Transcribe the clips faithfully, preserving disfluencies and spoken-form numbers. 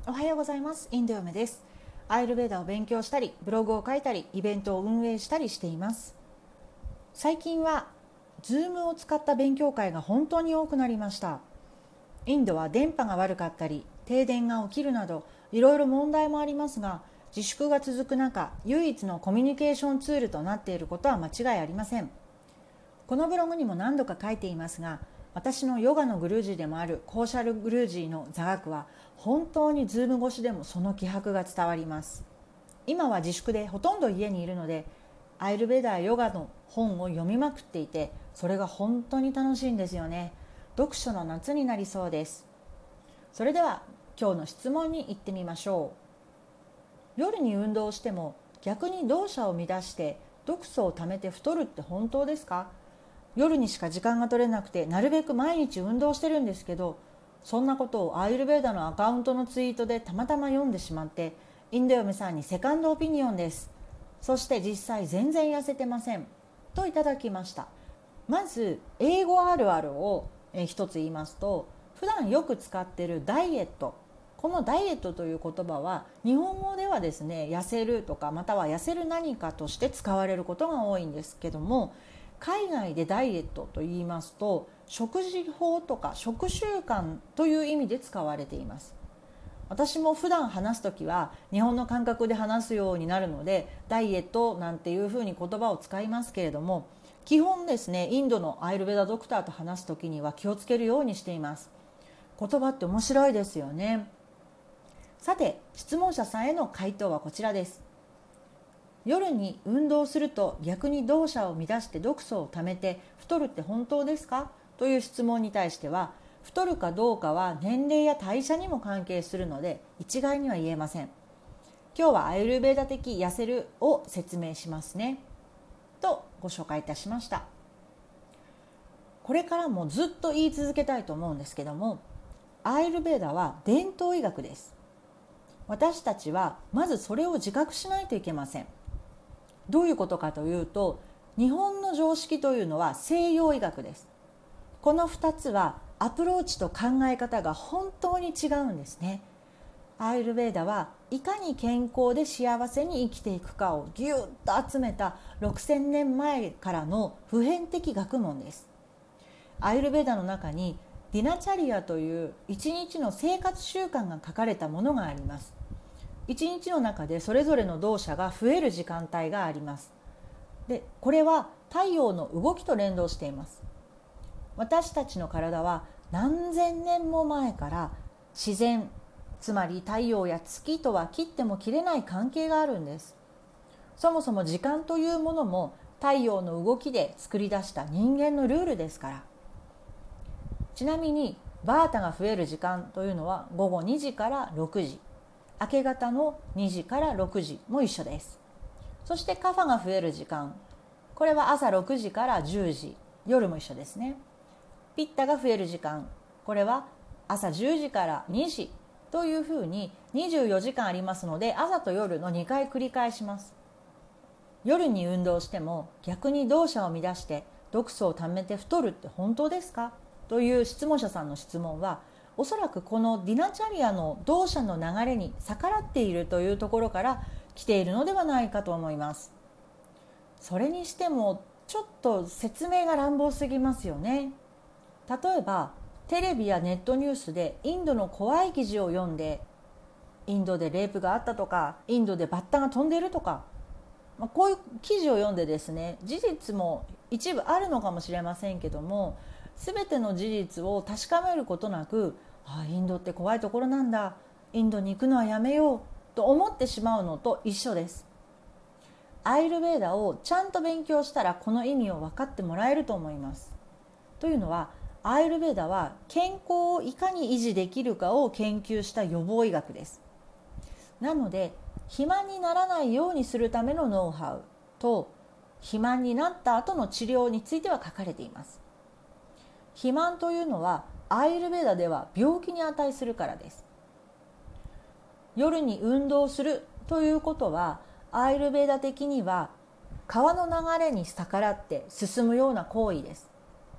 おはようございます。インド嫁です。アイルベーダを勉強したり、ブログを書いたり、イベントを運営したりしています。最近は Zoom を使った勉強会が本当に多くなりました。インドは電波が悪かったり、停電が起きるなどいろいろ問題もありますが、自粛が続く中、唯一のコミュニケーションツールとなっていることは間違いありません。このブログにも何度か書いていますが、私のヨガのグルージーでもあるコーシャルグルージーの座学は本当にズーム越しでもその気迫が伝わります。今は自粛でほとんど家にいるので、アイルベーダやヨガの本を読みまくっていて、それが本当に楽しいんですよね。読書の夏になりそうです。それでは今日の質問に行ってみましょう。夜に運動しても逆に動作を乱して毒素を溜めて太るって本当ですか？夜にしか時間が取れなくてなるべく毎日運動してるんですけど、そんなことをアイルベーダのアカウントのツイートでたまたま読んでしまって、インド嫁さんにセカンドオピニオンです。そして実際全然痩せてませんといただきました。まず英語あるあるを一つ言いますと、普段よく使っているダイエット、このダイエットという言葉は日本語ではですね、痩せるとかまたは痩せる何かとして使われることが多いんですけども、海外でダイエットと言いますと食事法とか食習慣という意味で使われています。私も普段話すときは日本の感覚で話すようになるので、ダイエットなんていうふうに言葉を使いますけれども、基本ですね、インドのアイルベーダドクターと話すときには気をつけるようにしています。言葉って面白いですよね。さて、質問者さんへの回答はこちらです。夜に運動すると逆に動作を乱して毒素を溜めて太るって本当ですか？という質問に対しては、太るかどうかは年齢や代謝にも関係するので一概には言えません。今日はアイルベーダ的痩せるを説明しますねとご紹介いたしました。これからもずっと言い続けたいと思うんですけども、アイルベーダは伝統医学です。私たちはまずそれを自覚しないといけません。どういうことかというと、日本の常識というのは西洋医学です。このふたつはアプローチと考え方が本当に違うんですね。アイルベーダはいかに健康で幸せに生きていくかをぎゅっと集めたろくせんねんまえからの普遍的学問です。アイルベーダの中にディナチャリアという一日の生活習慣が書かれたものがあります。一日の中でそれぞれの動作が増える時間帯があります。で、これは太陽の動きと連動しています。私たちの体は何千年も前から自然、つまり太陽や月とは切っても切れない関係があるんです。そもそも時間というものも太陽の動きで作り出した人間のルールですから。ちなみにバータが増える時間というのはごごにじからろくじ、明け方のにじからろくじも一緒です。そしてカファが増える時間、これは朝ろくじからじゅうじ、夜も一緒ですね。ピッタが増える時間、これは朝じゅうじからにじというふうににじゅうよじかんありますので、朝と夜のにかい繰り返します。夜に運動しても逆に動作を乱して毒素を溜めて太るって本当ですか？という質問者さんの質問は、おそらくこのディナチャリアの動作の流れに逆らっているというところから来ているのではないかと思います。それにしてもちょっと説明が乱暴すぎますよね。例えばテレビやネットニュースでインドの怖い記事を読んで、インドでレイプがあったとか、インドでバッタが飛んでいるとか、まあ、こういう記事を読んでですね、事実も一部あるのかもしれませんけども、全ての事実を確かめることなく、ああインドって怖いところなんだ、インドに行くのはやめようと思ってしまうのと一緒です。アイルベーダをちゃんと勉強したらこの意味を分かってもらえると思います。というのは、アイルベーダは健康をいかに維持できるかを研究した予防医学です。なので肥満にならないようにするためのノウハウと、肥満になった後の治療については書かれています。肥満というのはアイルベーダでは病気に値するからです。夜に運動するということはアイルベーダ的には川の流れに逆らって進むような行為です。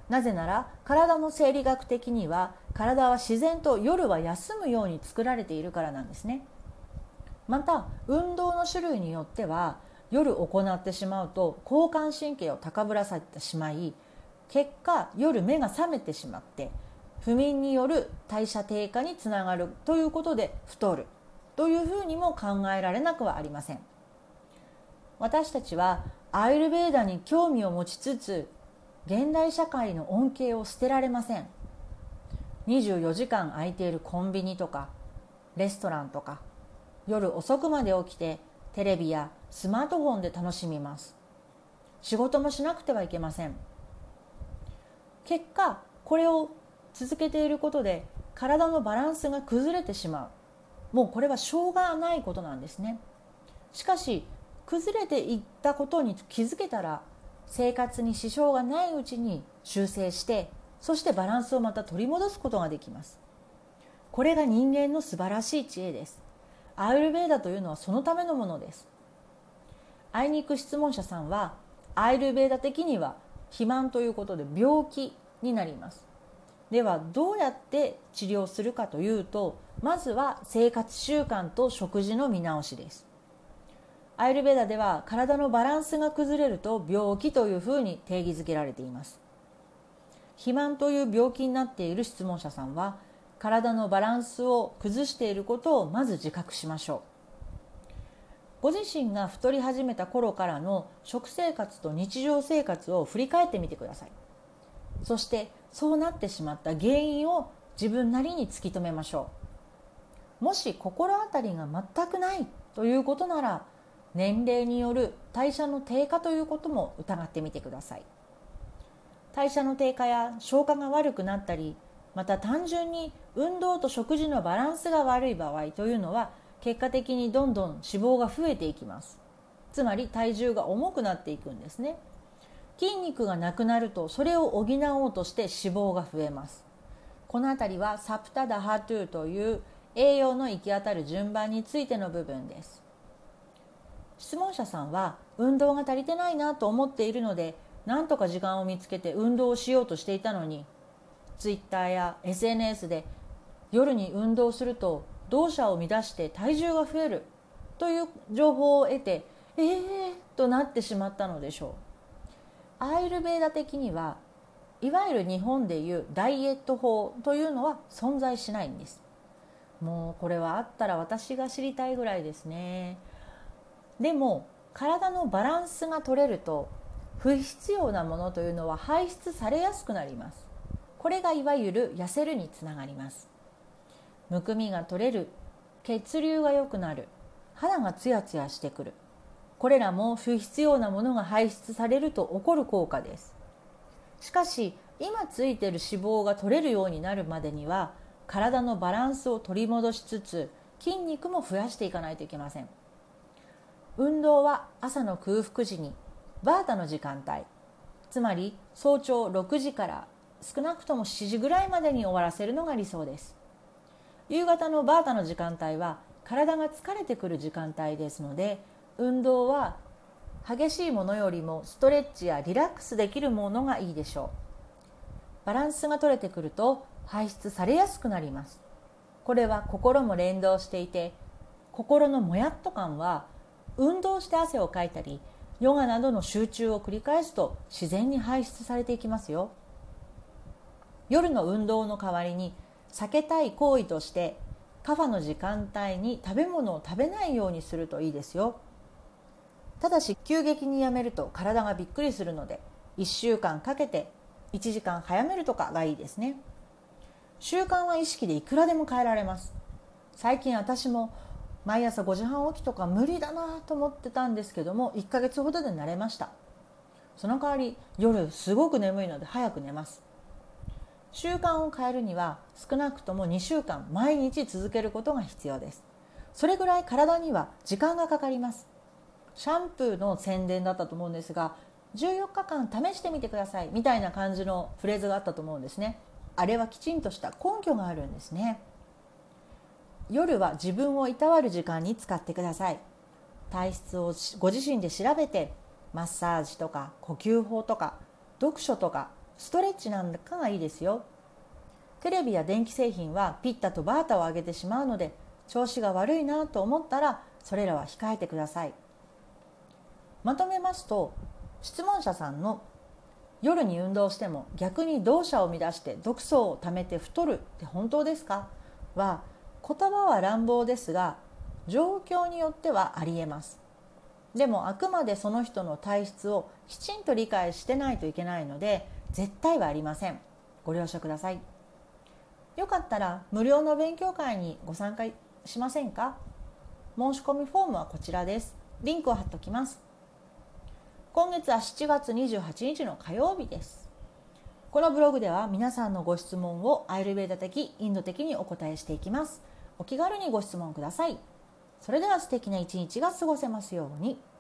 なぜなら体の生理学的には体は自然と夜は休むように作られているからなんですね。また運動の種類によっては夜行ってしまうと交感神経を高ぶらせてしまい、結果夜目が覚めてしまって不眠による代謝低下につながるということで太るというふうにも考えられなくはありません。私たちはアイルベーダに興味を持ちつつ現代社会の恩恵を捨てられません。にじゅうよじかん空いているコンビニとかレストランとか、夜遅くまで起きてテレビやスマートフォンで楽しみます。仕事もしなくてはいけません。結果これを続けていることで体のバランスが崩れてしまう。もうこれはしょうがないことなんですね。しかし崩れていったことに気づけたら、生活に支障がないうちに修正して、そしてバランスをまた取り戻すことができます。これが人間の素晴らしい知恵です。アーユルヴェーダというのはそのためのものです。あいにく質問者さんはアーユルヴェーダ的には肥満ということで病気になります。ではどうやって治療するかというと、まずは生活習慣と食事の見直しです。アーユルヴェーダでは体のバランスが崩れると病気というふうに定義づけられています。肥満という病気になっている質問者さんは体のバランスを崩していることをまず自覚しましょう。ご自身が太り始めた頃からの食生活と日常生活を振り返ってみてください。そしてそうなってしまった原因を自分なりに突き止めましょう。もし心当たりが全くないということなら、年齢による代謝の低下ということも疑ってみてください。代謝の低下や消化が悪くなったり、また単純に運動と食事のバランスが悪い場合というのは、結果的にどんどん脂肪が増えていきます。つまり体重が重くなっていくんですね。筋肉がなくなるとそれを補おうとして脂肪が増えます。このあたりはサプタダハトゥという栄養の行き当たる順番についての部分です。質問者さんは運動が足りてないなと思っているので、なんとか時間を見つけて運動をしようとしていたのに、ツイッターや エスエヌエス で夜に運動すると動作を乱して体重が増えるという情報を得て、えーとなってしまったのでしょう。アーユルヴェーダ的にはいわゆる日本でいうダイエット法というのは存在しないんです。もうこれはあったら私が知りたいぐらいですね。でも体のバランスが取れると不必要なものというのは排出されやすくなります。これがいわゆる痩せるにつながります。むくみが取れる、血流が良くなる、肌がツヤツヤしてくる、これらも不必要なものが排出されると起こる効果です。しかし今ついている脂肪が取れるようになるまでには、体のバランスを取り戻しつつ筋肉も増やしていかないといけません。運動は朝の空腹時にバータの時間帯、つまり早朝ろくじから少なくともしちじぐらいまでに終わらせるのが理想です。夕方のバータの時間帯は体が疲れてくる時間帯ですので、運動は激しいものよりもストレッチやリラックスできるものがいいでしょう。バランスが取れてくると排出されやすくなります。これは心も連動していて、心のもやっと感は運動して汗をかいたりヨガなどの集中を繰り返すと自然に排出されていきますよ。夜の運動の代わりに避けたい行為としてカファの時間帯に食べ物を食べないようにするといいですよ。ただし急激にやめると体がびっくりするので、いっしゅうかんかけていちじかん早めるとかがいいですね。習慣は意識でいくらでも変えられます。最近私も毎朝ごじはん起きとか無理だなと思ってたんですけども、いっかげつほどで慣れました。その代わり夜すごく眠いので早く寝ます。習慣を変えるには少なくともにしゅうかん毎日続けることが必要です。それぐらい体には時間がかかります。シャンプーの宣伝だったと思うんですが、じゅうよっかかん試してみてくださいみたいな感じのフレーズがあったと思うんですね。あれはきちんとした根拠があるんですね。夜は自分をいたわる時間に使ってください。体質をご自身で調べて、マッサージとか呼吸法とか読書とかストレッチなんかがいいですよ。テレビや電気製品はピッタとバータを上げてしまうので、調子が悪いなと思ったらそれらは控えてください。まとめますと、質問者さんの夜に運動しても逆に動作を乱して毒素を溜めて太るって本当ですかは、言葉は乱暴ですが状況によってはありえます。でもあくまでその人の体質をきちんと理解してないといけないので、絶対はありません。ご了承ください。よかったら無料の勉強会にご参加しませんか？申し込みフォームはこちらです。リンクを貼っておきます。今月はしちがつにじゅうはちにちの火曜日です。このブログでは皆さんのご質問をアイルベーダ的、インド的にお答えしていきます。お気軽にご質問ください。それでは素敵な一日が過ごせますように。